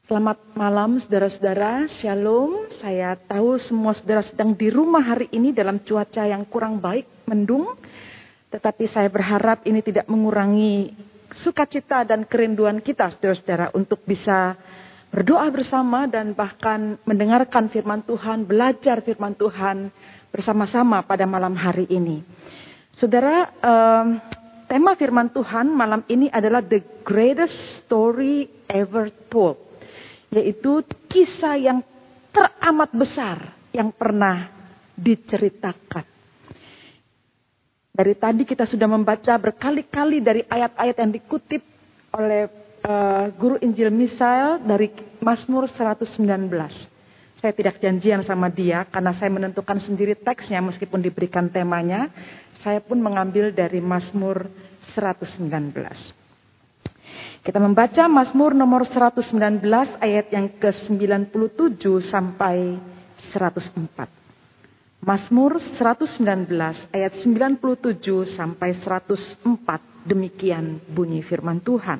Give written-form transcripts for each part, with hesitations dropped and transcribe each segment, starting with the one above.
Selamat malam saudara-saudara, shalom. Saya tahu semua saudara sedang di rumah hari ini dalam cuaca yang kurang baik, mendung. Tetapi saya berharap ini tidak mengurangi sukacita dan kerinduan kita saudara-saudara untuk bisa berdoa bersama dan bahkan mendengarkan firman Tuhan, belajar firman Tuhan bersama-sama pada malam hari ini. Saudara, tema firman Tuhan malam ini adalah The Greatest Story Ever Told. Yaitu kisah yang teramat besar yang pernah diceritakan. Dari tadi kita sudah membaca berkali-kali dari ayat-ayat yang dikutip oleh Guru Injil Misael dari Mazmur 119. Saya tidak janjian sama dia karena saya menentukan sendiri teksnya meskipun diberikan temanya. Saya pun mengambil dari Mazmur 119. Kita membaca Mazmur nomor 119 ayat yang ke-97 sampai 104. Mazmur 119 ayat 97 sampai 104. Demikian bunyi firman Tuhan.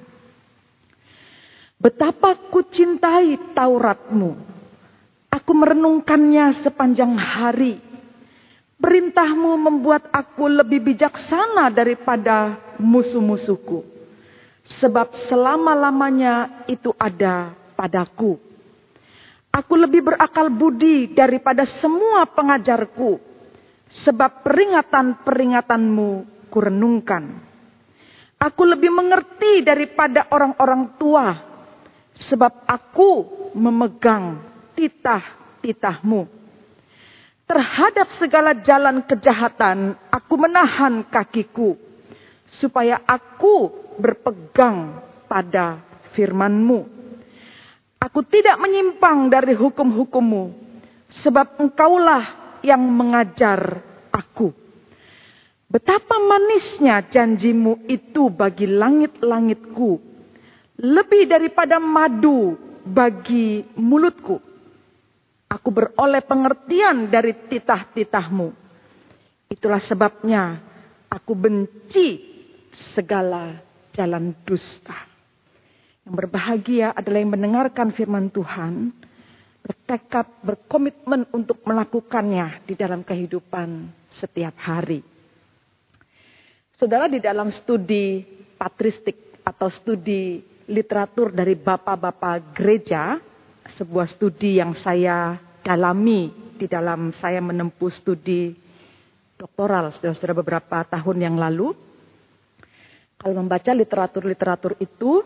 Betapa ku cintai Tauratmu. Aku merenungkannya sepanjang hari. Perintahmu membuat aku lebih bijaksana daripada musuh-musuhku. Sebab selama-lamanya itu ada padaku. Aku lebih berakal budi daripada semua pengajarku. Sebab peringatan-peringatanmu kurenungkan. Aku lebih mengerti daripada orang-orang tua. Sebab aku memegang titah-titahmu. Terhadap segala jalan kejahatan aku menahan kakiku. Supaya aku berpegang pada firman-Mu. Aku tidak menyimpang dari hukum-hukum-Mu, sebab Engkaulah yang mengajar aku. Betapa manisnya janji-Mu itu bagi langit-langitku, lebih daripada madu bagi mulutku. Aku beroleh pengertian dari titah-titah-Mu. Itulah sebabnya aku benci segala jalan dusta. Yang berbahagia adalah yang mendengarkan firman Tuhan, bertekad, berkomitmen untuk melakukannya di dalam kehidupan setiap hari. Saudara, di dalam studi patristik atau studi literatur dari bapak-bapak gereja, sebuah studi yang saya dalami di dalam saya menempuh studi doktoral saudara-saudara beberapa tahun yang lalu. Kalau membaca literatur-literatur itu,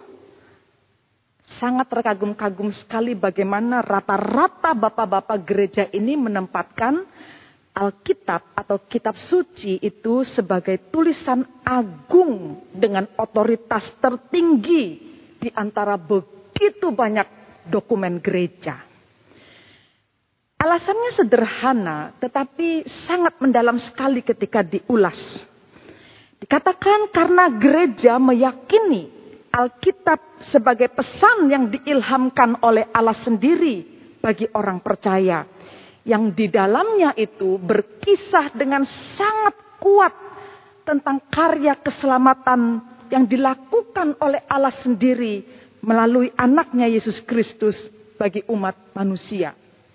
sangat terkagum-kagum sekali bagaimana rata-rata bapak-bapak gereja ini menempatkan Alkitab atau kitab suci itu sebagai tulisan agung dengan otoritas tertinggi di antara begitu banyak dokumen gereja. Alasannya sederhana tetapi sangat mendalam sekali ketika diulas. Dikatakan karena gereja meyakini Alkitab sebagai pesan yang diilhamkan oleh Allah sendiri bagi orang percaya. Yang di dalamnya itu berkisah dengan sangat kuat tentang karya keselamatan yang dilakukan oleh Allah sendiri melalui anaknya Yesus Kristus bagi umat manusia.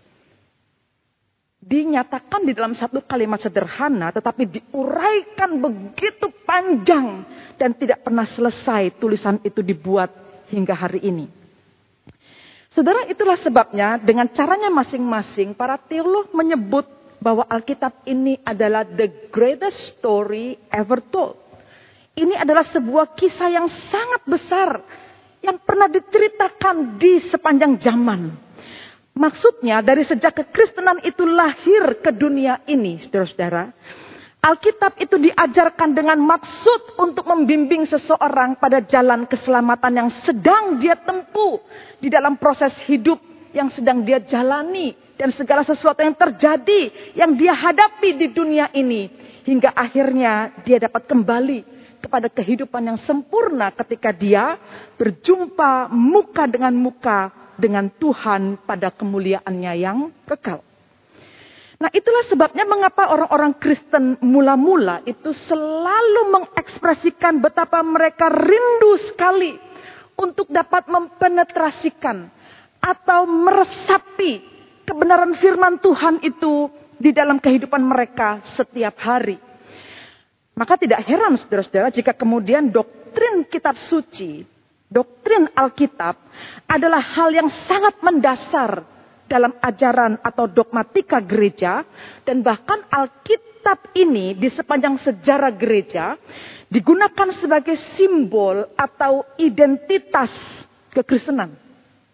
Dinyatakan di dalam satu kalimat sederhana tetapi diuraikan begitu panjang dan tidak pernah selesai tulisan itu dibuat hingga hari ini. Saudara, itulah sebabnya dengan caranya masing-masing para teolog menyebut bahwa Alkitab ini adalah the greatest story ever told. Ini adalah sebuah kisah yang sangat besar yang pernah diceritakan di sepanjang zaman. Maksudnya dari sejak kekristenan itu lahir ke dunia ini, saudara-saudara. Alkitab itu diajarkan dengan maksud untuk membimbing seseorang pada jalan keselamatan yang sedang dia tempuh. Di dalam proses hidup yang sedang dia jalani. Dan segala sesuatu yang terjadi, yang dia hadapi di dunia ini. Hingga akhirnya dia dapat kembali kepada kehidupan yang sempurna ketika dia berjumpa muka dengan muka dengan Tuhan pada kemuliaannya yang kekal. Nah, itulah sebabnya mengapa orang-orang Kristen mula-mula itu selalu mengekspresikan betapa mereka rindu sekali untuk dapat mempenetrasikan atau meresapi kebenaran firman Tuhan itu di dalam kehidupan mereka setiap hari. Maka tidak heran saudara-saudara jika kemudian doktrin kitab suci, doktrin Alkitab adalah hal yang sangat mendasar dalam ajaran atau dogmatika gereja. Dan bahkan Alkitab ini di sepanjang sejarah gereja digunakan sebagai simbol atau identitas kekristenan.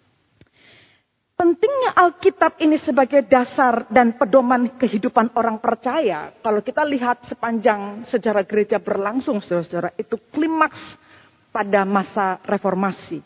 Pentingnya Alkitab ini sebagai dasar dan pedoman kehidupan orang percaya. Kalau kita lihat sepanjang sejarah gereja berlangsung, saudara-saudara, itu klimaks pada masa reformasi.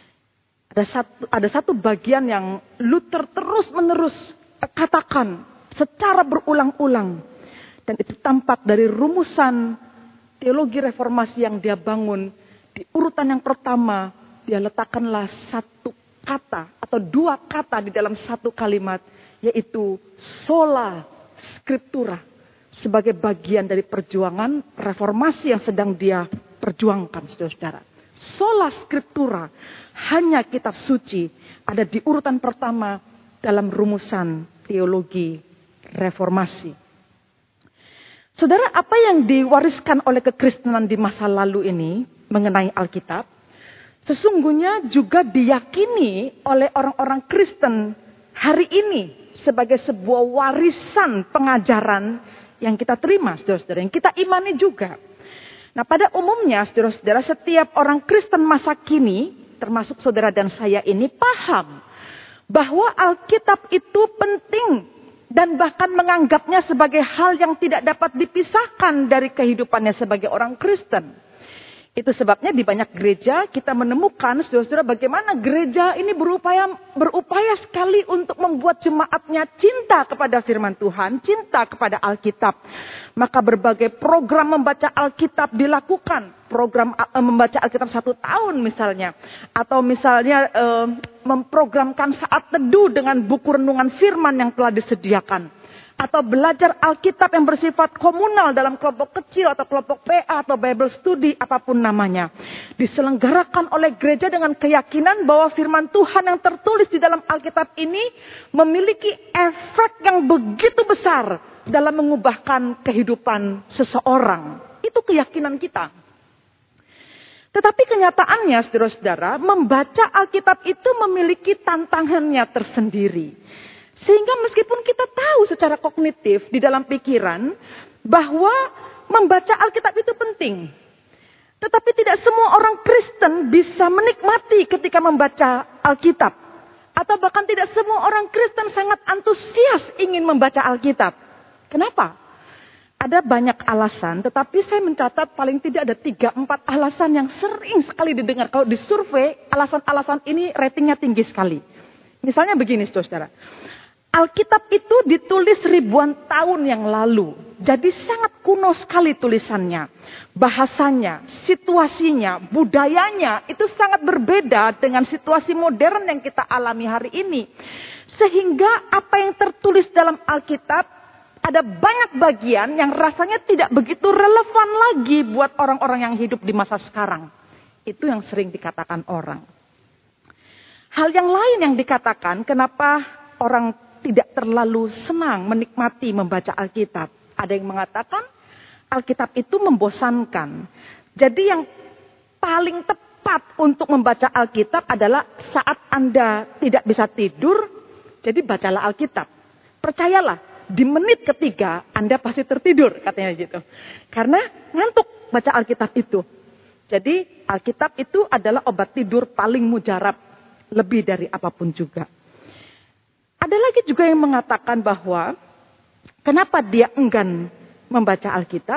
Ada satu bagian yang Luther terus-menerus katakan secara berulang-ulang. Dan itu tampak dari rumusan teologi reformasi yang dia bangun. Di urutan yang pertama, dia letakkanlah satu kata atau dua kata di dalam satu kalimat, yaitu sola scriptura, sebagai bagian dari perjuangan reformasi yang sedang dia perjuangkan, saudara-saudara. Sola scriptura, hanya kitab suci, ada di urutan pertama dalam rumusan teologi reformasi. Saudara, apa yang diwariskan oleh kekristenan di masa lalu ini mengenai Alkitab, sesungguhnya juga diyakini oleh orang-orang Kristen hari ini sebagai sebuah warisan pengajaran yang kita terima, saudara-saudara, yang kita imani juga. Nah, pada umumnya, saudara-saudara, setiap orang Kristen masa kini, termasuk saudara dan saya ini, paham bahwa Alkitab itu penting dan bahkan menganggapnya sebagai hal yang tidak dapat dipisahkan dari kehidupannya sebagai orang Kristen. Itu sebabnya di banyak gereja kita menemukan, saudara-saudara, bagaimana gereja ini berupaya sekali untuk membuat jemaatnya cinta kepada firman Tuhan, cinta kepada Alkitab. Maka berbagai program membaca Alkitab dilakukan. Program membaca Alkitab 1 tahun misalnya. Atau misalnya memprogramkan saat teduh dengan buku renungan firman yang telah disediakan. Atau belajar Alkitab yang bersifat komunal dalam kelompok kecil atau kelompok PA atau Bible Study, apapun namanya. Diselenggarakan oleh gereja dengan keyakinan bahwa firman Tuhan yang tertulis di dalam Alkitab ini memiliki efek yang begitu besar dalam mengubahkan kehidupan seseorang. Itu keyakinan kita. Tetapi kenyataannya, saudara-saudara, membaca Alkitab itu memiliki tantangannya tersendiri. Sehingga meskipun kita tahu secara kognitif di dalam pikiran bahwa membaca Alkitab itu penting. Tetapi tidak semua orang Kristen bisa menikmati ketika membaca Alkitab. Atau bahkan tidak semua orang Kristen sangat antusias ingin membaca Alkitab. Kenapa? Ada banyak alasan, tetapi saya mencatat paling tidak ada 3-4 alasan yang sering sekali didengar. Kalau disurvei, alasan-alasan ini ratingnya tinggi sekali. Misalnya begini, saudara-saudara. Alkitab itu ditulis ribuan tahun yang lalu. Jadi sangat kuno sekali tulisannya. Bahasanya, situasinya, budayanya itu sangat berbeda dengan situasi modern yang kita alami hari ini. Sehingga apa yang tertulis dalam Alkitab ada banyak bagian yang rasanya tidak begitu relevan lagi buat orang-orang yang hidup di masa sekarang. Itu yang sering dikatakan orang. Hal yang lain yang dikatakan kenapa orang tidak terlalu senang menikmati membaca Alkitab. Ada yang mengatakan Alkitab itu membosankan. Jadi yang paling tepat untuk membaca Alkitab adalah saat Anda tidak bisa tidur, jadi bacalah Alkitab. Percayalah, di menit ketiga Anda pasti tertidur, katanya gitu. Karena ngantuk baca Alkitab itu. Jadi Alkitab itu adalah obat tidur paling mujarab, lebih dari apapun juga. Ada lagi juga yang mengatakan bahwa kenapa dia enggan membaca Alkitab?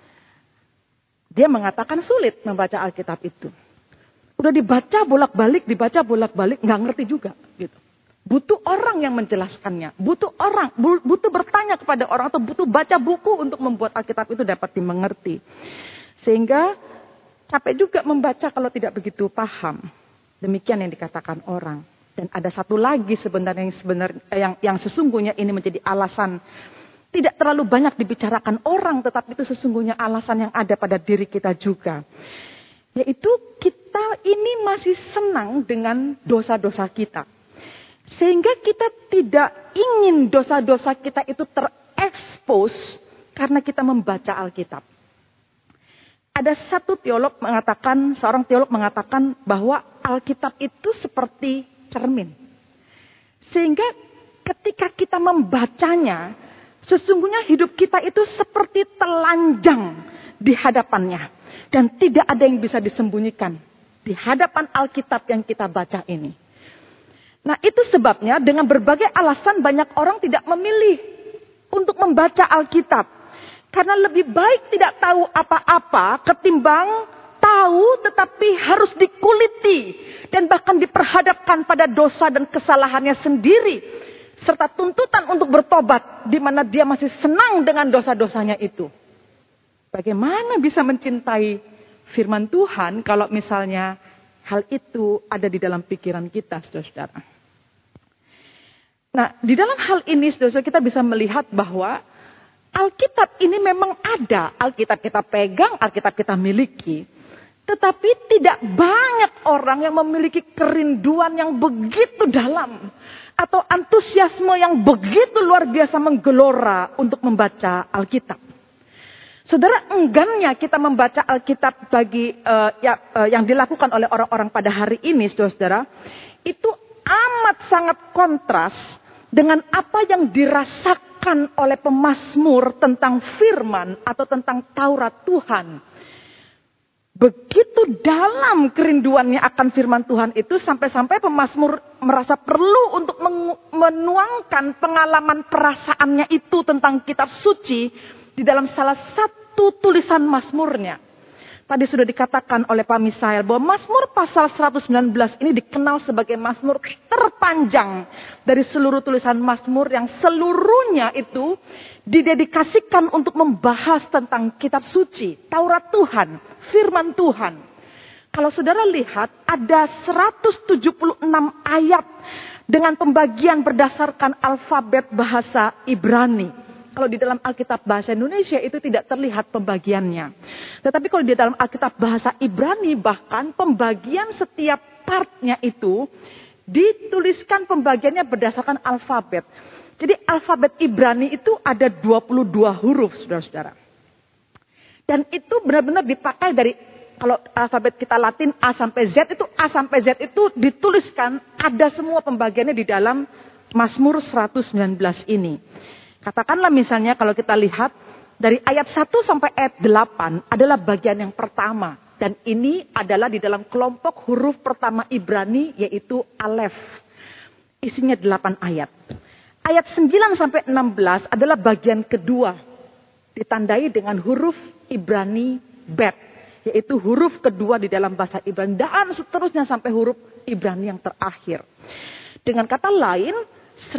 Dia mengatakan sulit membaca Alkitab itu. Udah dibaca bolak-balik, nggak ngerti juga. Gitu. Butuh orang yang menjelaskannya. Butuh bertanya kepada orang atau butuh baca buku untuk membuat Alkitab itu dapat dimengerti. Sehingga capek juga membaca kalau tidak begitu paham. Demikian yang dikatakan orang. Dan ada satu lagi sebenarnya yang sesungguhnya ini menjadi alasan tidak terlalu banyak dibicarakan orang, tetapi itu sesungguhnya alasan yang ada pada diri kita juga. Yaitu kita ini masih senang dengan dosa-dosa kita. Sehingga kita tidak ingin dosa-dosa kita itu terekspos karena kita membaca Alkitab. Ada seorang teolog mengatakan bahwa Alkitab itu seperti cermin. Sehingga ketika kita membacanya, sesungguhnya hidup kita itu seperti telanjang di hadapannya. Dan tidak ada yang bisa disembunyikan di hadapan Alkitab yang kita baca ini. Nah, itu sebabnya dengan berbagai alasan banyak orang tidak memilih untuk membaca Alkitab. Karena lebih baik tidak tahu apa-apa ketimbang tahu tetapi harus dikuliti. Dan bahkan diperhadapkan pada dosa dan kesalahannya sendiri. Serta tuntutan untuk bertobat di mana dia masih senang dengan dosa-dosanya itu. Bagaimana bisa mencintai firman Tuhan kalau misalnya hal itu ada di dalam pikiran kita, saudara-saudara. Nah, di dalam hal ini, saudara, kita bisa melihat bahwa Alkitab ini memang ada. Alkitab kita pegang, Alkitab kita miliki. Tetapi tidak banyak orang yang memiliki kerinduan yang begitu dalam. Atau antusiasme yang begitu luar biasa menggelora untuk membaca Alkitab. Saudara, enggannya kita membaca Alkitab bagi yang dilakukan oleh orang-orang pada hari ini, saudara, itu amat sangat kontras dengan apa yang dirasakan oleh pemazmur tentang firman atau tentang Taurat Tuhan. Begitu dalam kerinduannya akan firman Tuhan itu sampai-sampai pemazmur merasa perlu untuk menuangkan pengalaman perasaannya itu tentang kitab suci di dalam salah satu tulisan mazmurnya. Tadi sudah dikatakan oleh Pak Misael bahwa Mazmur pasal 119 ini dikenal sebagai Mazmur terpanjang dari seluruh tulisan Mazmur yang seluruhnya itu didedikasikan untuk membahas tentang kitab suci, Taurat Tuhan, firman Tuhan. Kalau saudara lihat ada 176 ayat dengan pembagian berdasarkan alfabet bahasa Ibrani. Kalau di dalam Alkitab bahasa Indonesia itu tidak terlihat pembagiannya. Tetapi kalau di dalam Alkitab bahasa Ibrani bahkan pembagian setiap partnya itu dituliskan pembagiannya berdasarkan alfabet. Jadi alfabet Ibrani itu ada 22 huruf, saudara-saudara. Dan itu benar-benar dipakai dari, kalau alfabet kita Latin A sampai Z itu dituliskan, ada semua pembagiannya di dalam Mazmur 119 ini. Katakanlah misalnya kalau kita lihat dari ayat 1 sampai ayat 8 adalah bagian yang pertama. Dan ini adalah di dalam kelompok huruf pertama Ibrani yaitu Alef. Isinya 8 ayat. Ayat 9 sampai 16 adalah bagian kedua. Ditandai dengan huruf Ibrani Bet. Yaitu huruf kedua di dalam bahasa Ibrani. Dan seterusnya sampai huruf Ibrani yang terakhir. Dengan kata lain,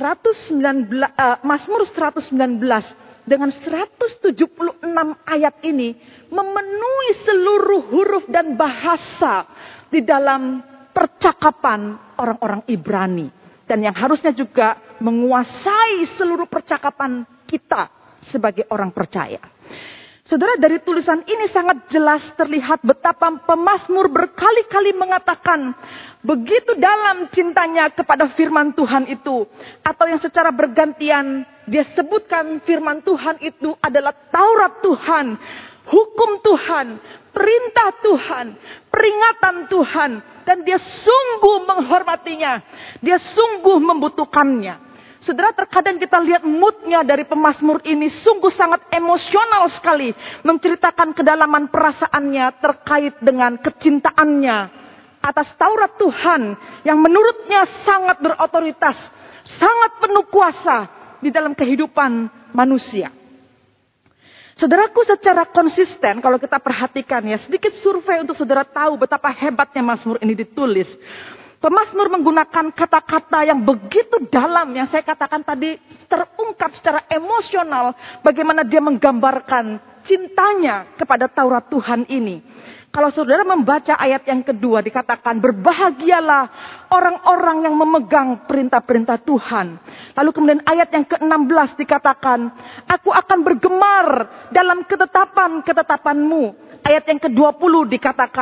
Mazmur 119 dengan 176 ayat ini memenuhi seluruh huruf dan bahasa di dalam percakapan orang-orang Ibrani. Dan yang harusnya juga menguasai seluruh percakapan kita sebagai orang percaya. Saudara, dari tulisan ini sangat jelas terlihat betapa pemazmur berkali-kali mengatakan begitu dalam cintanya kepada firman Tuhan itu. Atau yang secara bergantian dia sebutkan firman Tuhan itu adalah Taurat Tuhan, hukum Tuhan, perintah Tuhan, peringatan Tuhan. Dan dia sungguh menghormatinya, dia sungguh membutuhkannya. Saudara, terkadang kita lihat moodnya dari pemazmur ini sungguh sangat emosional sekali. Menceritakan kedalaman perasaannya terkait dengan kecintaannya atas Taurat Tuhan yang menurutnya sangat berotoritas, sangat penuh kuasa di dalam kehidupan manusia. Saudaraku, secara konsisten kalau kita perhatikan ya, sedikit survei untuk saudara tahu betapa hebatnya Mazmur ini ditulis. Pemazmur menggunakan kata-kata yang begitu dalam yang saya katakan tadi terungkap secara emosional bagaimana dia menggambarkan cintanya kepada Taurat Tuhan ini. Kalau saudara membaca ayat yang kedua dikatakan berbahagialah orang-orang yang memegang perintah-perintah Tuhan. Lalu kemudian ayat yang ke-16 dikatakan aku akan bergemar dalam ketetapan-ketetapanmu. Ayat yang ke-20 dikatakan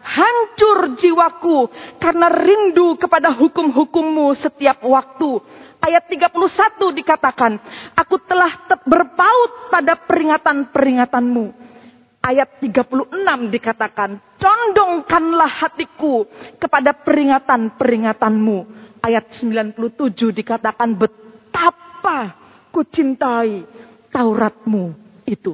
Hancur jiwaku karena rindu kepada hukum-hukum-Mu setiap waktu. Ayat 31 dikatakan, aku telah berpaut pada peringatan-peringatan-Mu. Ayat 36 dikatakan, condongkanlah hatiku kepada peringatan-peringatan-Mu. Ayat 97 dikatakan, betapa ku cintai Taurat-Mu itu.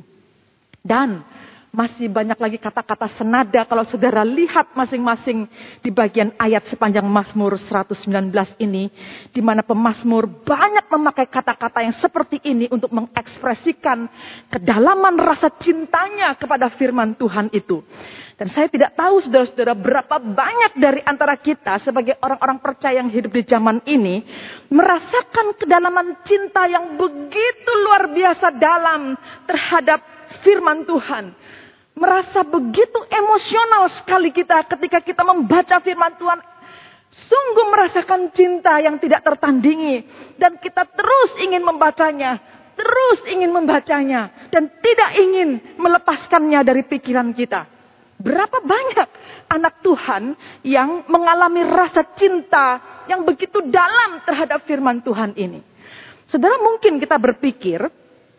Dan masih banyak lagi kata-kata senada kalau saudara lihat masing-masing di bagian ayat sepanjang Mazmur 119 ini. Di mana pemazmur banyak memakai kata-kata yang seperti ini untuk mengekspresikan kedalaman rasa cintanya kepada firman Tuhan itu. Dan saya tidak tahu saudara-saudara berapa banyak dari antara kita sebagai orang-orang percaya yang hidup di zaman ini merasakan kedalaman cinta yang begitu luar biasa dalam terhadap firman Tuhan. Merasa begitu emosional sekali kita ketika kita membaca firman Tuhan. Sungguh merasakan cinta yang tidak tertandingi. Dan kita terus ingin membacanya. Terus ingin membacanya. Dan tidak ingin melepaskannya dari pikiran kita. Berapa banyak anak Tuhan yang mengalami rasa cinta yang begitu dalam terhadap firman Tuhan ini. Saudara, mungkin kita berpikir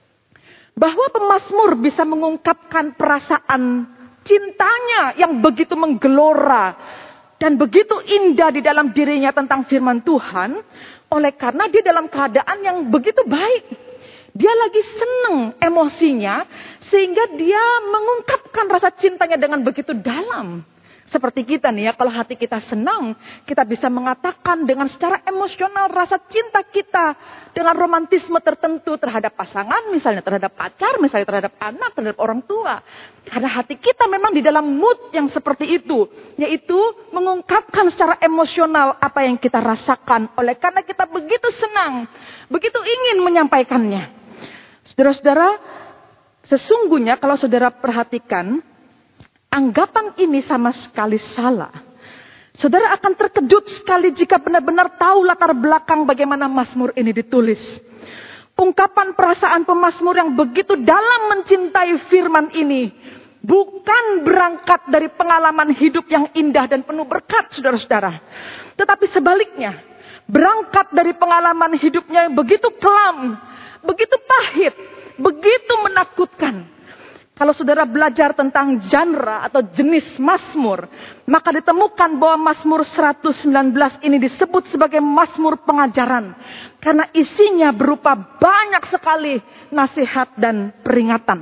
bahwa pemazmur bisa mengungkapkan perasaan cintanya yang begitu menggelora dan begitu indah di dalam dirinya tentang firman Tuhan, oleh karena dia dalam keadaan yang begitu baik. Dia lagi senang emosinya sehingga dia mengungkapkan rasa cintanya dengan begitu dalam. Seperti kita nih ya, kalau hati kita senang, kita bisa mengatakan dengan secara emosional rasa cinta kita dengan romantisme tertentu terhadap pasangan, misalnya terhadap pacar, misalnya terhadap anak, terhadap orang tua. Karena hati kita memang di dalam mood yang seperti itu, yaitu mengungkapkan secara emosional apa yang kita rasakan. Oleh karena kita begitu senang, begitu ingin menyampaikannya. Saudara-saudara, sesungguhnya kalau saudara perhatikan, anggapan ini sama sekali salah. Saudara akan terkejut sekali jika benar-benar tahu latar belakang bagaimana Mazmur ini ditulis. Ungkapan perasaan pemazmur yang begitu dalam mencintai firman ini bukan berangkat dari pengalaman hidup yang indah dan penuh berkat, saudara-saudara. Tetapi sebaliknya, berangkat dari pengalaman hidupnya yang begitu kelam, begitu pahit, begitu menakutkan. Kalau saudara belajar tentang genre atau jenis mazmur, maka ditemukan bahwa Mazmur 119 ini disebut sebagai mazmur pengajaran. Karena isinya berupa banyak sekali nasihat dan peringatan.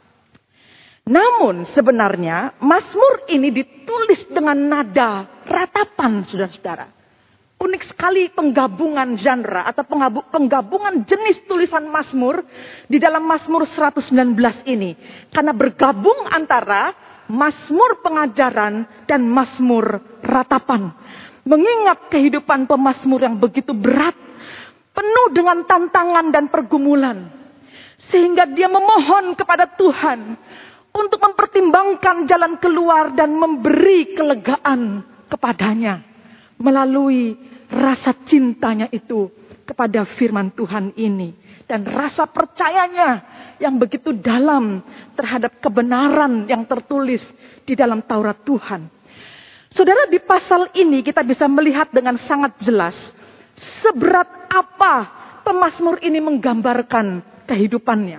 Namun sebenarnya mazmur ini ditulis dengan nada ratapan, saudara-saudara. Unik sekali penggabungan genre atau penggabungan jenis tulisan Mazmur di dalam Mazmur 119 ini. Karena bergabung antara Mazmur pengajaran dan Mazmur ratapan. Mengingat kehidupan pemazmur yang begitu berat, penuh dengan tantangan dan pergumulan. Sehingga dia memohon kepada Tuhan untuk mempertimbangkan jalan keluar dan memberi kelegaan kepadanya. Melalui rasa cintanya itu kepada firman Tuhan ini. Dan rasa percayanya yang begitu dalam terhadap kebenaran yang tertulis di dalam Taurat Tuhan. Saudara, di pasal ini kita bisa melihat dengan sangat jelas seberat apa pemazmur ini menggambarkan kehidupannya.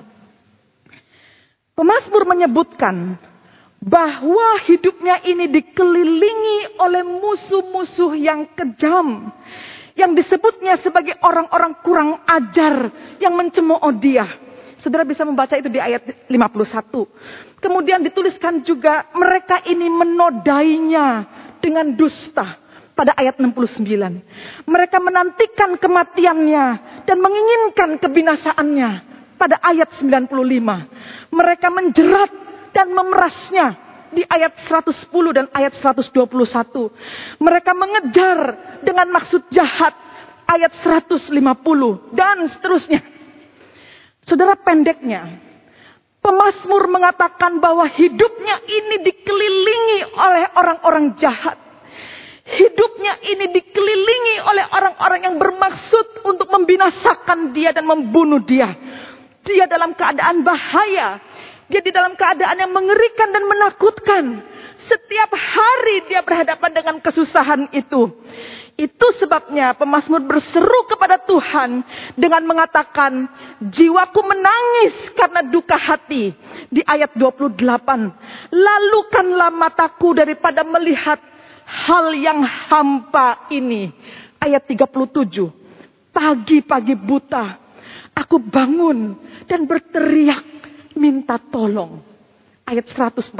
Pemazmur menyebutkan bahwa hidupnya ini dikelilingi oleh musuh-musuh yang kejam. Yang disebutnya sebagai orang-orang kurang ajar yang mencemooh dia. Saudara bisa membaca itu di ayat 51. Kemudian dituliskan juga mereka ini menodainya dengan dusta. Pada ayat 69. Mereka menantikan kematiannya dan menginginkan kebinasaannya. Pada ayat 95. Mereka menjerat dan memerasnya di ayat 110 dan ayat 121. Mereka mengejar dengan maksud jahat ayat 150 dan seterusnya. Saudara, pendeknya pemazmur mengatakan bahwa hidupnya ini dikelilingi oleh orang-orang jahat. Hidupnya ini dikelilingi oleh orang-orang yang bermaksud untuk membinasakan dia dan membunuh dia. Dia dalam keadaan bahaya. Dia di dalam keadaan yang mengerikan dan menakutkan. Setiap hari dia berhadapan dengan kesusahan itu. Itu sebabnya pemazmur berseru kepada Tuhan dengan mengatakan, jiwaku menangis karena duka hati. Di ayat 28, lalukanlah mataku daripada melihat hal yang hampa ini. Ayat 37, pagi-pagi buta, aku bangun dan berteriak minta tolong. Ayat 147,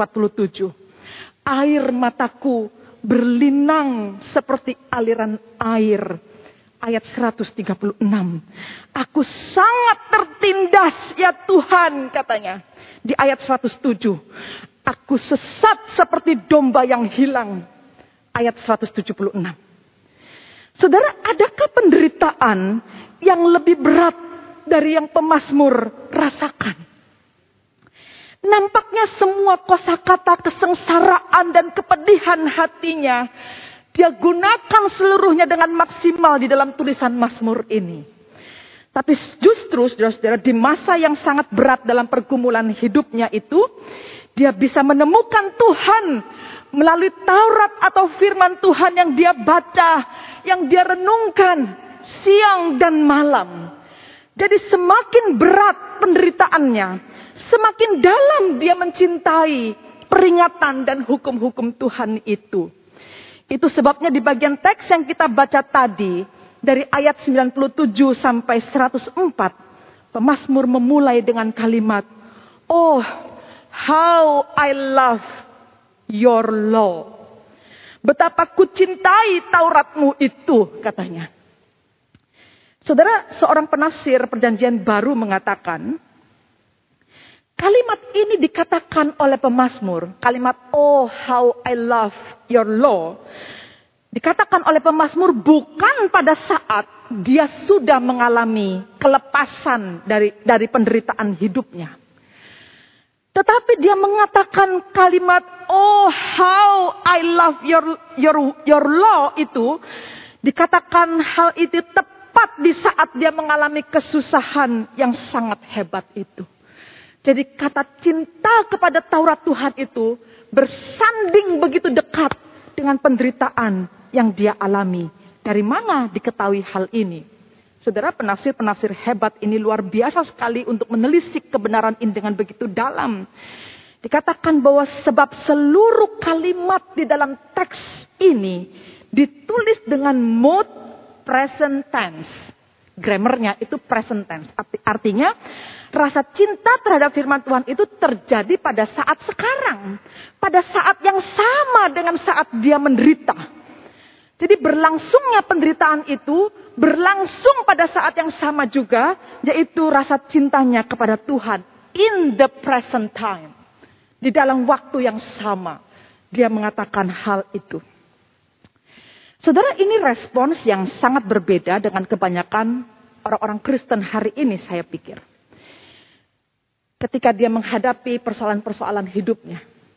air mataku berlinang seperti aliran air. Ayat 136. Aku sangat tertindas ya Tuhan, katanya. Di ayat 107. Aku sesat seperti domba yang hilang. Ayat 176. Saudara, adakah penderitaan yang lebih berat dari yang pemazmur rasakan? Nampaknya semua kosakata kesengsaraan dan kepedihan hatinya dia gunakan seluruhnya dengan maksimal di dalam tulisan Mazmur ini. Tapi justru saudara-saudara, di masa yang sangat berat dalam pergumulan hidupnya itu, dia bisa menemukan Tuhan melalui Taurat atau firman Tuhan yang dia baca, yang dia renungkan siang dan malam. Jadi semakin berat penderitaannya, semakin dalam dia mencintai peringatan dan hukum-hukum Tuhan itu. Itu sebabnya di bagian teks yang kita baca tadi, dari ayat 97 sampai 104, pemazmur memulai dengan kalimat, oh, how I love your law. Betapa ku cintai Tauratmu itu, katanya. Saudara, seorang penafsir Perjanjian Baru mengatakan, kalimat ini dikatakan oleh pemazmur, kalimat oh how I love your law, dikatakan oleh pemazmur bukan pada saat dia sudah mengalami kelepasan dari penderitaan hidupnya. Tetapi dia mengatakan kalimat oh how I love your law itu, dikatakan hal itu tepat di saat dia mengalami kesusahan yang sangat hebat itu. Jadi kata cinta kepada Taurat Tuhan itu bersanding begitu dekat dengan penderitaan yang dia alami. Dari mana diketahui hal ini? Saudara, penafsir-penafsir hebat ini luar biasa sekali untuk menelisik kebenaran ini dengan begitu dalam. Dikatakan bahwa sebab seluruh kalimat di dalam teks ini ditulis dengan mood present tense. Grammarnya itu present tense. Artinya rasa cinta terhadap firman Tuhan itu terjadi pada saat sekarang. Pada saat yang sama dengan saat dia menderita. Jadi berlangsungnya penderitaan itu berlangsung pada saat yang sama juga. Yaitu rasa cintanya kepada Tuhan. In the present time. Di dalam waktu yang sama. Dia mengatakan hal itu. Saudara, ini respons yang sangat berbeda dengan kebanyakan orang-orang Kristen hari ini, saya pikir. Ketika dia menghadapi persoalan-persoalan hidupnya.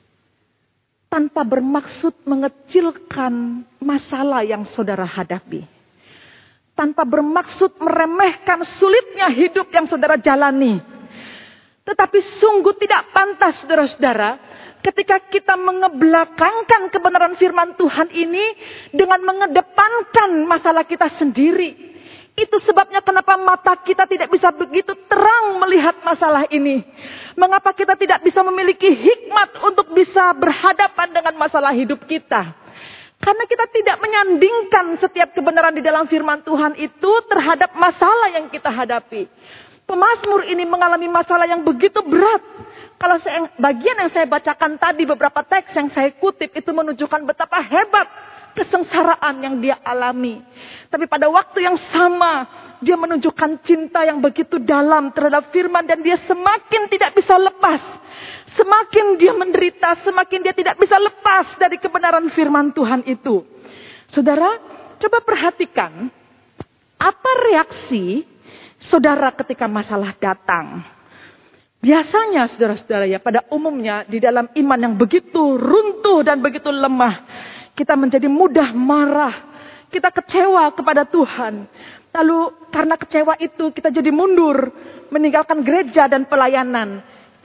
Tanpa bermaksud mengecilkan masalah yang saudara hadapi. Tanpa bermaksud meremehkan sulitnya hidup yang saudara jalani. Tetapi sungguh tidak pantas, saudara-saudara, ketika kita mengebelakangkan kebenaran firman Tuhan ini dengan mengedepankan masalah kita sendiri. Itu sebabnya kenapa mata kita tidak bisa begitu terang melihat masalah ini. Mengapa kita tidak bisa memiliki hikmat untuk bisa berhadapan dengan masalah hidup kita. Karena kita tidak menyandingkan setiap kebenaran di dalam firman Tuhan itu terhadap masalah yang kita hadapi. Pemazmur ini mengalami masalah yang begitu berat. Kalau bagian yang saya bacakan tadi, beberapa teks yang saya kutip itu menunjukkan betapa hebat kesengsaraan yang dia alami. Tapi pada waktu yang sama, dia menunjukkan cinta yang begitu dalam terhadap firman. Dan dia semakin tidak bisa lepas. Semakin dia menderita, semakin dia tidak bisa lepas dari kebenaran firman Tuhan itu. Saudara, coba perhatikan. Apa reaksi saudara ketika masalah datang? Biasanya saudara-saudara ya, pada umumnya di dalam iman yang begitu runtuh dan begitu lemah, kita menjadi mudah marah, kita kecewa kepada Tuhan. Lalu karena kecewa itu kita jadi mundur, meninggalkan gereja dan pelayanan.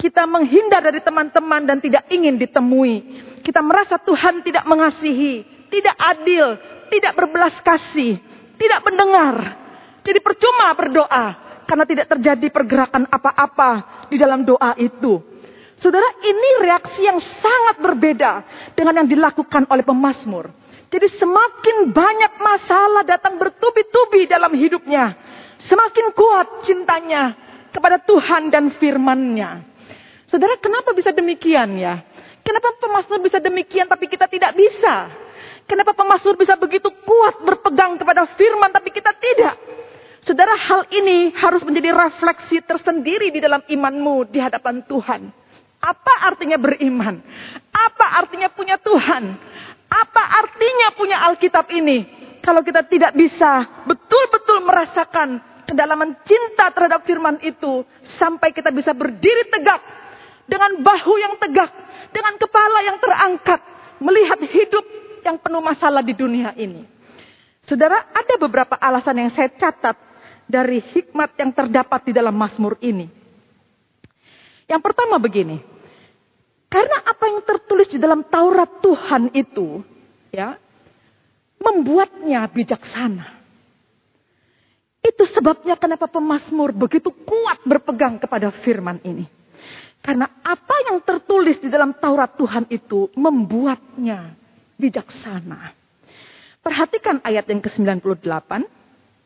Kita menghindar dari teman-teman dan tidak ingin ditemui. Kita merasa Tuhan tidak mengasihi, tidak adil, tidak berbelas kasih, tidak mendengar. Jadi percuma berdoa karena tidak terjadi pergerakan apa-apa di dalam doa itu. Saudara, ini reaksi yang sangat berbeda dengan yang dilakukan oleh pemazmur. Jadi semakin banyak masalah datang bertubi-tubi dalam hidupnya, semakin kuat cintanya kepada Tuhan dan firman-Nya. Saudara, kenapa bisa demikian ya? Kenapa pemazmur bisa demikian tapi kita tidak bisa? Kenapa pemazmur bisa begitu kuat berpegang kepada firman tapi kita tidak? Saudara, hal ini harus menjadi refleksi tersendiri di dalam imanmu di hadapan Tuhan. Apa artinya beriman? Apa artinya punya Tuhan? Apa artinya punya Alkitab ini? Kalau kita tidak bisa betul-betul merasakan kedalaman cinta terhadap firman itu. Sampai kita bisa berdiri tegak. Dengan bahu yang tegak. Dengan kepala yang terangkat. Melihat hidup yang penuh masalah di dunia ini. Saudara, ada beberapa alasan yang saya catat dari hikmat yang terdapat di dalam Mazmur ini. Yang pertama begini. Karena apa yang tertulis di dalam Taurat Tuhan itu, ya, membuatnya bijaksana. Itu sebabnya kenapa pemazmur begitu kuat berpegang kepada firman ini. Karena apa yang tertulis di dalam Taurat Tuhan itu membuatnya bijaksana. Perhatikan ayat yang ke-98.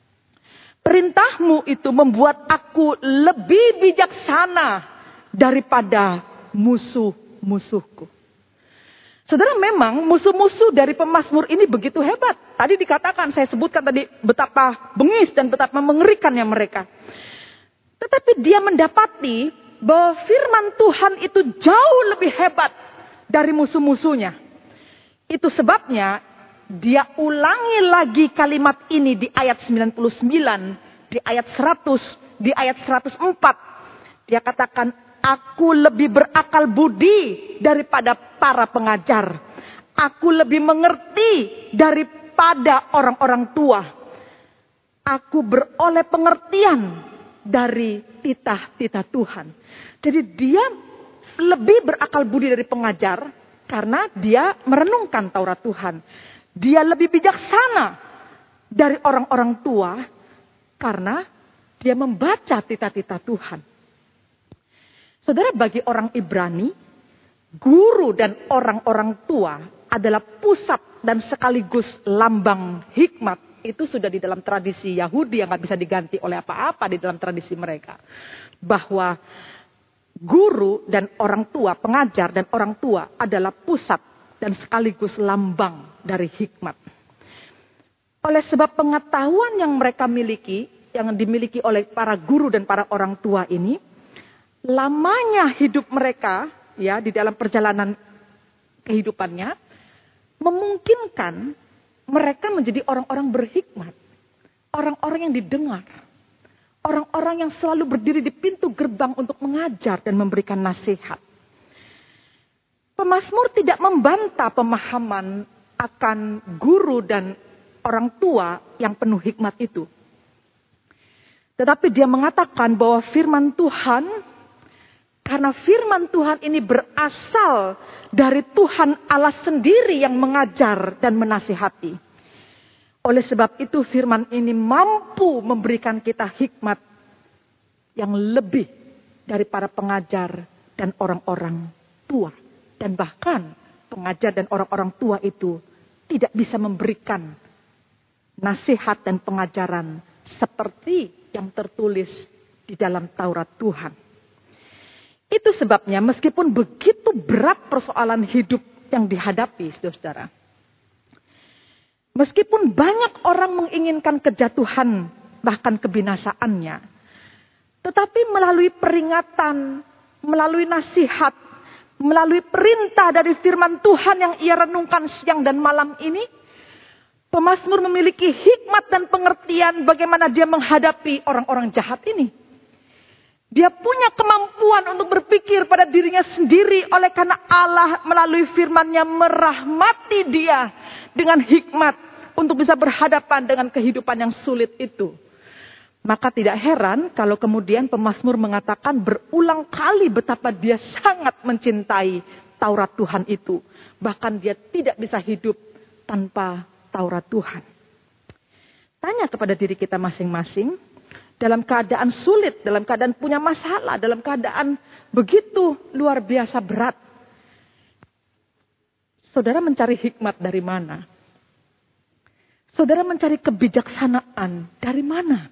Perintahmu itu membuat aku lebih bijaksana daripada musuh-musuhku. Saudara, memang musuh-musuh dari pemazmur ini begitu hebat. Tadi dikatakan, saya sebutkan tadi betapa bengis dan betapa mengerikannya mereka. Tetapi dia mendapati bahwa firman Tuhan itu jauh lebih hebat dari musuh-musuhnya. Itu sebabnya dia ulangi lagi kalimat ini di ayat 99, di ayat 100, di ayat 104. Dia katakan, aku lebih berakal budi daripada para pengajar. Aku lebih mengerti daripada orang-orang tua. Aku beroleh pengertian dari titah-titah Tuhan. Jadi dia lebih berakal budi dari pengajar karena dia merenungkan Taurat Tuhan. Dia lebih bijaksana dari orang-orang tua karena dia membaca titah-titah Tuhan. Saudara, bagi orang Ibrani, guru dan orang-orang tua adalah pusat dan sekaligus lambang hikmat. Itu sudah di dalam tradisi Yahudi yang gak bisa diganti oleh apa-apa di dalam tradisi mereka. Bahwa guru dan orang tua, pengajar dan orang tua adalah pusat dan sekaligus lambang dari hikmat. Oleh sebab pengetahuan yang mereka miliki, yang dimiliki oleh para guru dan para orang tua ini, lamanya hidup mereka ya di dalam perjalanan kehidupannya memungkinkan mereka menjadi orang-orang berhikmat, orang-orang yang didengar, orang-orang yang selalu berdiri di pintu gerbang untuk mengajar dan memberikan nasihat. Pemazmur tidak membantah pemahaman akan guru dan orang tua yang penuh hikmat itu. Tetapi dia mengatakan bahwa firman Tuhan, karena firman Tuhan ini berasal dari Tuhan Allah sendiri yang mengajar dan menasihati. Oleh sebab itu firman ini mampu memberikan kita hikmat yang lebih dari para pengajar dan orang-orang tua. Dan bahkan pengajar dan orang-orang tua itu tidak bisa memberikan nasihat dan pengajaran seperti yang tertulis di dalam Taurat Tuhan. Itu sebabnya meskipun begitu berat persoalan hidup yang dihadapi, saudara. Meskipun banyak orang menginginkan kejatuhan, bahkan kebinasaannya. Tetapi melalui peringatan, melalui nasihat, melalui perintah dari firman Tuhan yang ia renungkan siang dan malam ini, pemazmur memiliki hikmat dan pengertian bagaimana dia menghadapi orang-orang jahat ini. Dia punya kemampuan untuk berpikir pada dirinya sendiri oleh karena Allah melalui firman-Nya merahmati dia dengan hikmat untuk bisa berhadapan dengan kehidupan yang sulit itu. Maka tidak heran kalau kemudian pemazmur mengatakan berulang kali betapa dia sangat mencintai Taurat Tuhan itu. Bahkan dia tidak bisa hidup tanpa Taurat Tuhan. Tanya kepada diri kita masing-masing, dalam keadaan sulit, dalam keadaan punya masalah, dalam keadaan begitu luar biasa berat. Saudara mencari hikmat dari mana? Saudara mencari kebijaksanaan dari mana?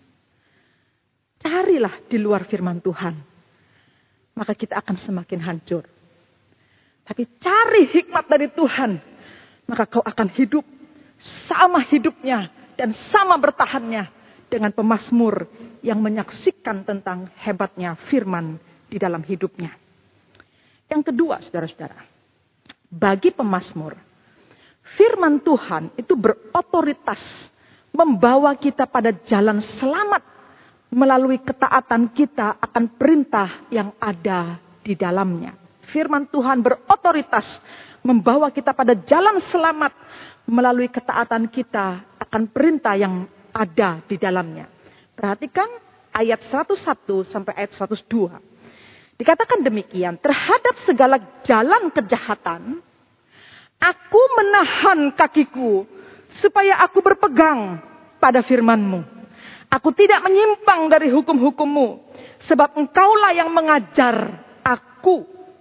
Carilah di luar firman Tuhan. Maka kita akan semakin hancur. Tapi cari hikmat dari Tuhan. Maka kau akan hidup sama hidupnya dan sama bertahannya dengan pemazmur yang menyaksikan tentang hebatnya firman di dalam hidupnya. Yang kedua, saudara-saudara. Bagi pemazmur, firman Tuhan itu berotoritas membawa kita pada jalan selamat melalui ketaatan kita akan perintah yang ada di dalamnya. Firman Tuhan berotoritas membawa kita pada jalan selamat melalui ketaatan kita akan perintah yang ada di dalamnya. Perhatikan ayat 101 sampai ayat 102. Dikatakan demikian, terhadap segala jalan kejahatan, aku menahan kakiku supaya aku berpegang pada firman-Mu. Aku tidak menyimpang dari hukum-hukum-Mu, sebab Engkaulah yang mengajar aku.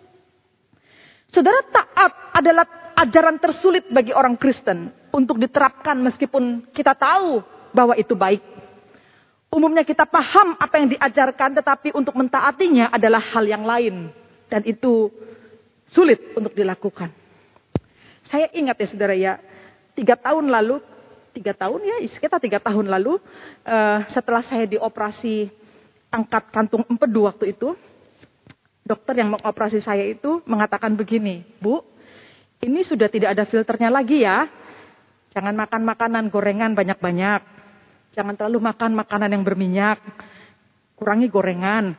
Saudara, taat adalah ajaran tersulit bagi orang Kristen untuk diterapkan meskipun kita tahu bahwa itu baik. Umumnya kita paham apa yang diajarkan, tetapi untuk mentaatinya adalah hal yang lain. Dan itu sulit untuk dilakukan. Saya ingat ya saudara ya, 3 tahun lalu, sekitar 3 tahun lalu, setelah saya dioperasi angkat kantung empedu waktu itu, dokter yang mengoperasi saya itu mengatakan begini, Bu, ini sudah tidak ada filternya lagi ya, jangan makan makanan gorengan banyak-banyak. Jangan terlalu makan makanan yang berminyak. Kurangi gorengan.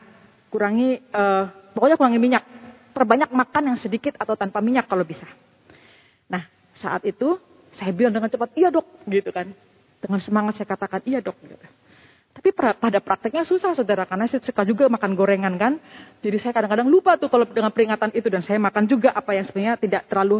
Pokoknya kurangi minyak. Perbanyak makan yang sedikit atau tanpa minyak kalau bisa. Nah, saat itu saya bilang dengan cepat, iya dok. Gitu kan. Dengan semangat saya katakan, iya dok. Gitu. Tapi pada prakteknya susah saudara. Karena saya suka juga makan gorengan kan. Jadi saya kadang-kadang lupa tuh kalau dengan peringatan itu. Dan saya makan juga apa yang sebenarnya tidak terlalu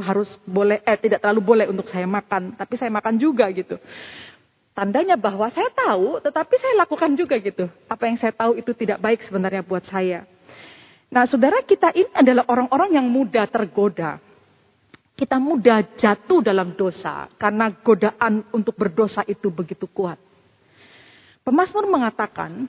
boleh untuk saya makan. Tapi saya makan juga gitu. Tandanya bahwa saya tahu, tetapi saya lakukan juga gitu. Apa yang saya tahu itu tidak baik sebenarnya buat saya. Nah, saudara, kita ini adalah orang-orang yang mudah tergoda. Kita mudah jatuh dalam dosa karena godaan untuk berdosa itu begitu kuat. Pemazmur mengatakan,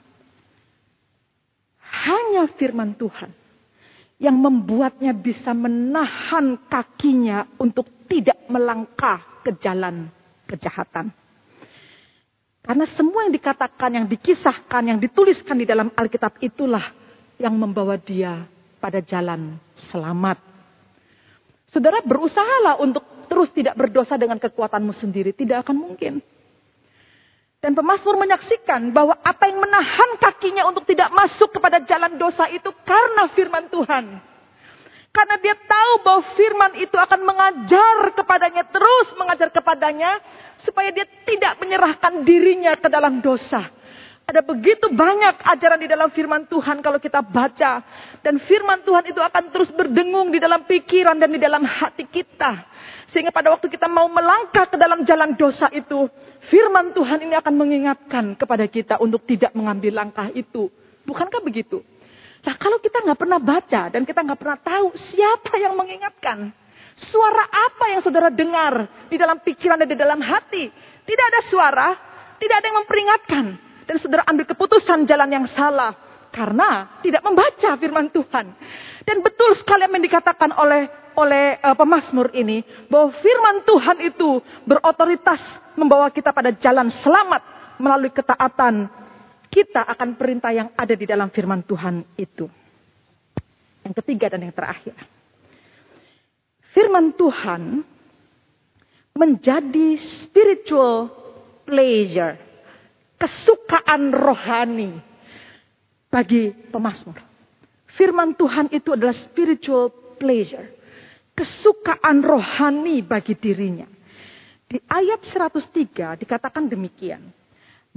hanya firman Tuhan yang membuatnya bisa menahan kakinya untuk tidak melangkah ke jalan kejahatan. Karena semua yang dikatakan, yang dikisahkan, yang dituliskan di dalam Alkitab itulah yang membawa dia pada jalan selamat. Saudara, berusahalah untuk terus tidak berdosa dengan kekuatanmu sendiri. Tidak akan mungkin. Dan pemazmur menyaksikan bahwa apa yang menahan kakinya untuk tidak masuk kepada jalan dosa itu karena firman Tuhan. Karena dia tahu bahwa firman itu akan mengajar kepadanya, terus mengajar kepadanya, supaya dia tidak menyerahkan dirinya ke dalam dosa. Ada begitu banyak ajaran di dalam firman Tuhan kalau kita baca. Dan firman Tuhan itu akan terus berdengung di dalam pikiran dan di dalam hati kita. Sehingga pada waktu kita mau melangkah ke dalam jalan dosa itu, firman Tuhan ini akan mengingatkan kepada kita untuk tidak mengambil langkah itu. Bukankah begitu? Nah, kalau kita nggak pernah baca dan kita nggak pernah tahu siapa yang mengingatkan, suara apa yang saudara dengar di dalam pikiran dan di dalam hati, tidak ada suara, tidak ada yang memperingatkan, dan saudara ambil keputusan jalan yang salah karena tidak membaca firman Tuhan. Dan betul sekali yang dikatakan oleh pemazmur ini, bahwa firman Tuhan itu berotoritas membawa kita pada jalan selamat melalui ketaatan kita akan perintah yang ada di dalam firman Tuhan itu. Yang ketiga dan yang terakhir. Firman Tuhan menjadi spiritual pleasure. Kesukaan rohani bagi pemazmur. Firman Tuhan itu adalah spiritual pleasure. Kesukaan rohani bagi dirinya. Di ayat 103 dikatakan demikian.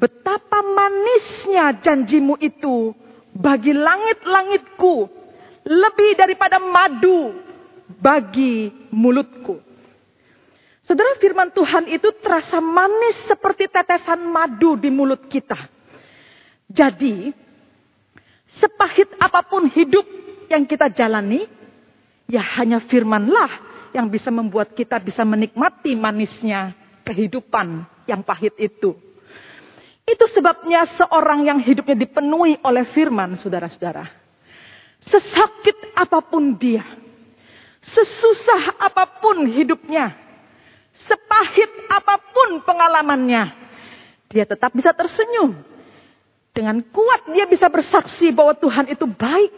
Betapa manisnya janjimu itu bagi langit-langitku, lebih daripada madu bagi mulutku. Saudara, firman Tuhan itu terasa manis seperti tetesan madu di mulut kita. Jadi, sepahit apapun hidup yang kita jalani, ya hanya firmanlah yang bisa membuat kita bisa menikmati manisnya kehidupan yang pahit itu. Itu sebabnya seorang yang hidupnya dipenuhi oleh firman, saudara-saudara. Sesakit apapun dia, sesusah apapun hidupnya, sepahit apapun pengalamannya, dia tetap bisa tersenyum. Dengan kuat dia bisa bersaksi bahwa Tuhan itu baik.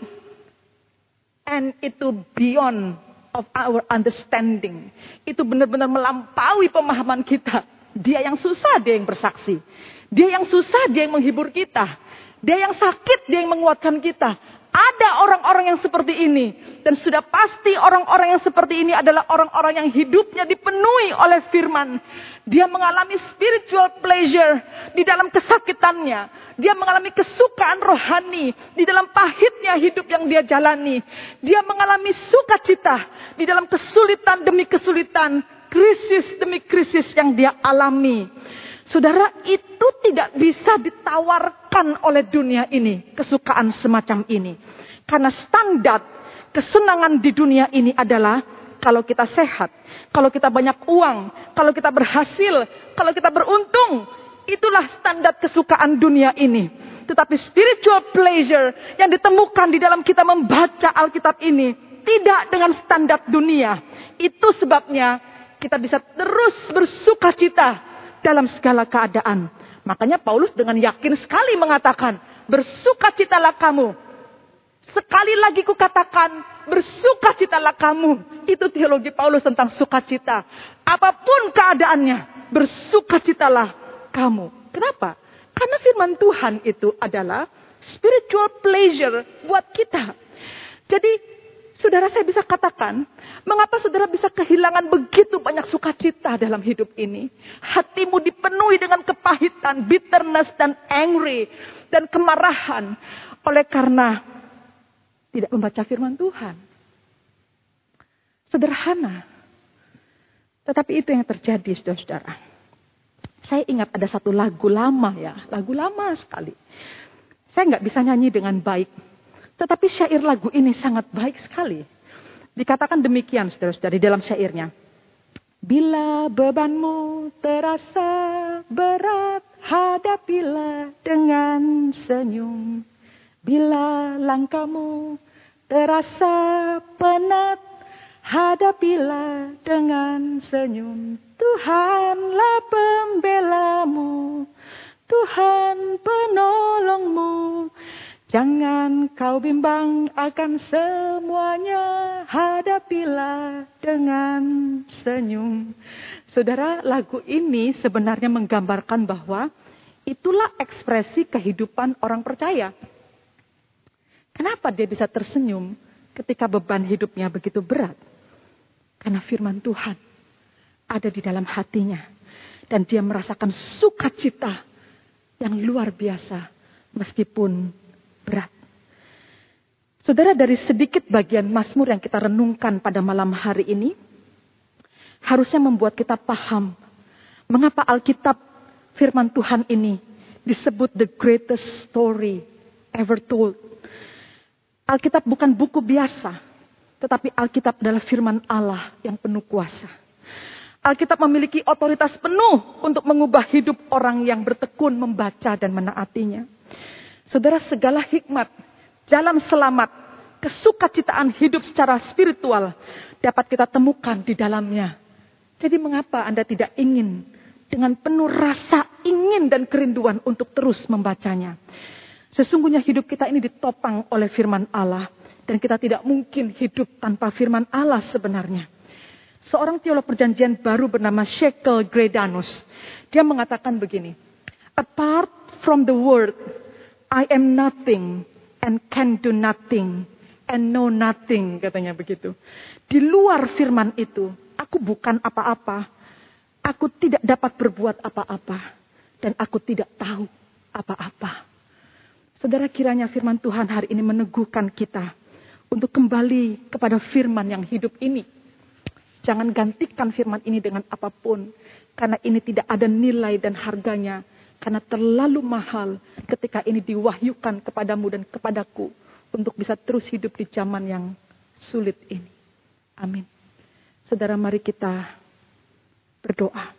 And itu beyond of our understanding. Itu benar-benar melampaui pemahaman kita. Dia yang susah, dia yang bersaksi. Dia yang susah, dia yang menghibur kita. Dia yang sakit, dia yang menguatkan kita. Ada orang-orang yang seperti ini. Dan sudah pasti orang-orang yang seperti ini adalah orang-orang yang hidupnya dipenuhi oleh firman. Dia mengalami spiritual pleasure di dalam kesakitannya. Dia mengalami kesukaan rohani di dalam pahitnya hidup yang dia jalani. Dia mengalami sukacita di dalam kesulitan demi kesulitan, krisis demi krisis yang dia alami. Saudara, itu tidak bisa ditawarkan oleh dunia ini, kesukaan semacam ini. Karena standar kesenangan di dunia ini adalah kalau kita sehat, kalau kita banyak uang, kalau kita berhasil, kalau kita beruntung. Itulah standar kesukaan dunia ini. Tetapi spiritual pleasure yang ditemukan di dalam kita membaca Alkitab ini tidak dengan standar dunia. Itu sebabnya kita bisa terus bersukacita dalam segala keadaan. Makanya Paulus dengan yakin sekali mengatakan, bersukacitalah kamu. Sekali lagi kukatakan, bersukacitalah kamu. Itu teologi Paulus tentang sukacita. Apapun keadaannya, bersukacitalah kamu. Kenapa? Karena firman Tuhan itu adalah spiritual pleasure buat kita. Jadi, saudara, saya bisa katakan, mengapa saudara bisa kehilangan begitu banyak sukacita dalam hidup ini? Hatimu dipenuhi dengan kepahitan, bitterness, dan angry, dan kemarahan. Oleh karena tidak membaca firman Tuhan. Sederhana. Tetapi itu yang terjadi, saudara-saudara. Saya ingat ada satu lagu lama ya. Lagu lama sekali. Saya nggak bisa nyanyi dengan baik. Tetapi syair lagu ini sangat baik sekali. Dikatakan demikian, saudara-saudara, di dalam syairnya. Bila bebanmu terasa berat, hadapilah dengan senyum. Bila langkahmu terasa penat, hadapilah dengan senyum. Tuhanlah pembelamu, Tuhan penolongmu. Jangan kau bimbang akan semuanya, hadapilah dengan senyum. Saudara, lagu ini sebenarnya menggambarkan bahwa itulah ekspresi kehidupan orang percaya. Kenapa dia bisa tersenyum ketika beban hidupnya begitu berat? Karena firman Tuhan ada di dalam hatinya. Dan dia merasakan sukacita yang luar biasa meskipun berat. Saudara, dari sedikit bagian Mazmur yang kita renungkan pada malam hari ini, harusnya membuat kita paham mengapa Alkitab firman Tuhan ini disebut the greatest story ever told. Alkitab bukan buku biasa, tetapi Alkitab adalah firman Allah yang penuh kuasa. Alkitab memiliki otoritas penuh untuk mengubah hidup orang yang bertekun membaca dan menaatinya. Saudara, segala hikmat, jalan selamat, kesukacitaan hidup secara spiritual dapat kita temukan di dalamnya. Jadi mengapa Anda tidak ingin dengan penuh rasa ingin dan kerinduan untuk terus membacanya? Sesungguhnya hidup kita ini ditopang oleh firman Allah. Dan kita tidak mungkin hidup tanpa firman Allah sebenarnya. Seorang teolog perjanjian baru bernama Shekel Gredanus. Dia mengatakan begini. Apart from the word, I am nothing and can do nothing and know nothing. Katanya begitu. Di luar firman itu, aku bukan apa-apa. Aku tidak dapat berbuat apa-apa. dan aku tidak tahu apa-apa. Saudara, kiranya firman Tuhan hari ini meneguhkan kita untuk kembali kepada firman yang hidup ini. Jangan gantikan firman ini dengan apapun, karena ini tidak ada nilai dan harganya, karena terlalu mahal ketika ini diwahyukan kepadamu dan kepadaku untuk bisa terus hidup di zaman yang sulit ini. Amin. Saudara, mari kita berdoa.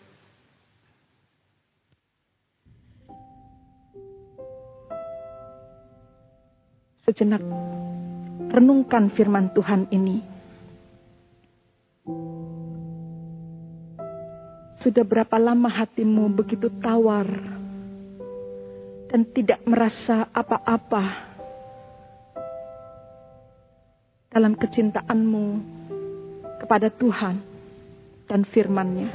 Sejenak renungkan firman Tuhan ini. Sudah berapa lama hatimu begitu tawar dan tidak merasa apa-apa dalam kecintaanmu kepada Tuhan dan firman-Nya?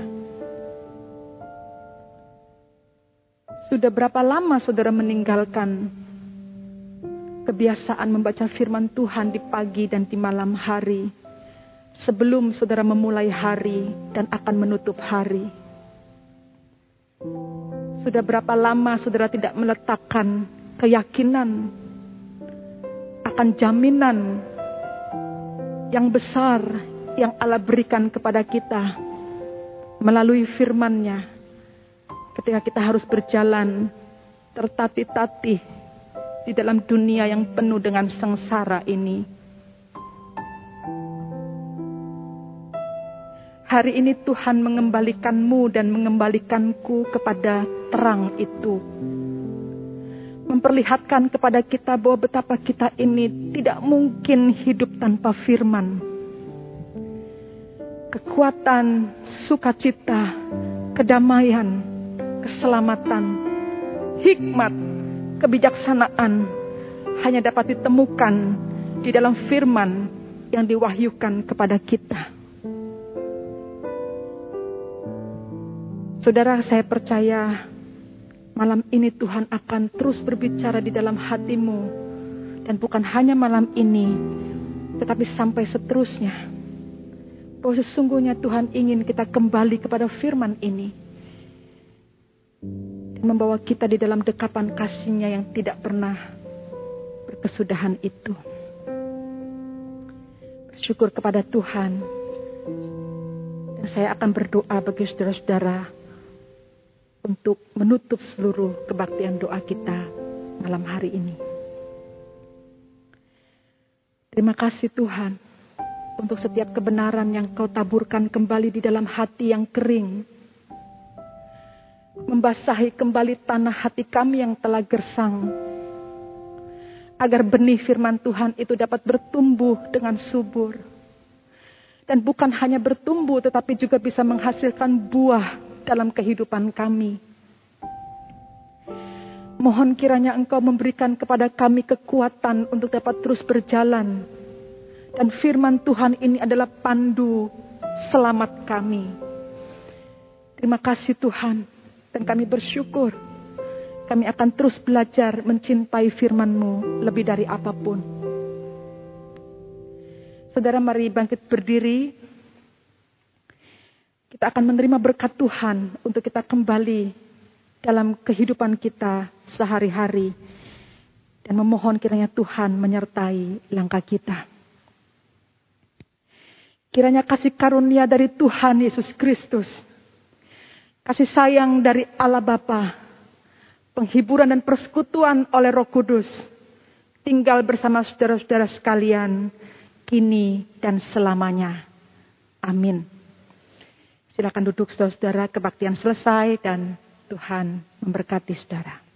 Sudah berapa lama saudara meninggalkan kebiasaan membaca firman Tuhan di pagi dan di malam hari, sebelum saudara memulai hari dan akan menutup hari? Sudah berapa lama saudara tidak meletakkan keyakinan akan jaminan yang besar yang Allah berikan kepada kita melalui firman-Nya, ketika kita harus berjalan tertatih-tatih di dalam dunia yang penuh dengan sengsara ini? Hari ini Tuhan mengembalikanmu dan mengembalikanku kepada terang itu. Memperlihatkan kepada kita bahwa betapa kita ini tidak mungkin hidup tanpa firman. Kekuatan, sukacita, kedamaian, keselamatan, hikmat, kebijaksanaan hanya dapat ditemukan di dalam firman yang diwahyukan kepada kita. Saudara, saya percaya malam ini Tuhan akan terus berbicara di dalam hatimu. Dan bukan hanya malam ini, tetapi sampai seterusnya. Bahwa sesungguhnya Tuhan ingin kita kembali kepada firman ini. Dan membawa kita di dalam dekapan kasih-Nya yang tidak pernah berkesudahan itu. Bersyukur kepada Tuhan. Dan saya akan berdoa bagi saudara-saudara untuk menutup seluruh kebaktian doa kita malam hari ini. Terima kasih Tuhan untuk setiap kebenaran yang Kau taburkan kembali di dalam hati yang kering. Membasahi kembali tanah hati kami yang telah gersang. Agar benih firman Tuhan itu dapat bertumbuh dengan subur. Dan bukan hanya bertumbuh tetapi juga bisa menghasilkan buah dalam kehidupan kami. Mohon kiranya Engkau memberikan kepada kami kekuatan untuk dapat terus berjalan. Dan firman Tuhan ini adalah pandu selamat kami. Terima kasih Tuhan. Dan kami bersyukur. Kami akan terus belajar mencintai firman-Mu lebih dari apapun. Saudara, mari bangkit berdiri. Kita akan menerima berkat Tuhan untuk kita kembali dalam kehidupan kita sehari-hari. Dan memohon kiranya Tuhan menyertai langkah kita. Kiranya kasih karunia dari Tuhan Yesus Kristus, kasih sayang dari Allah Bapa, penghiburan dan persekutuan oleh Roh Kudus, tinggal bersama saudara-saudara sekalian, kini dan selamanya. Amin. Silakan duduk saudara-saudara, kebaktian selesai dan Tuhan memberkati saudara.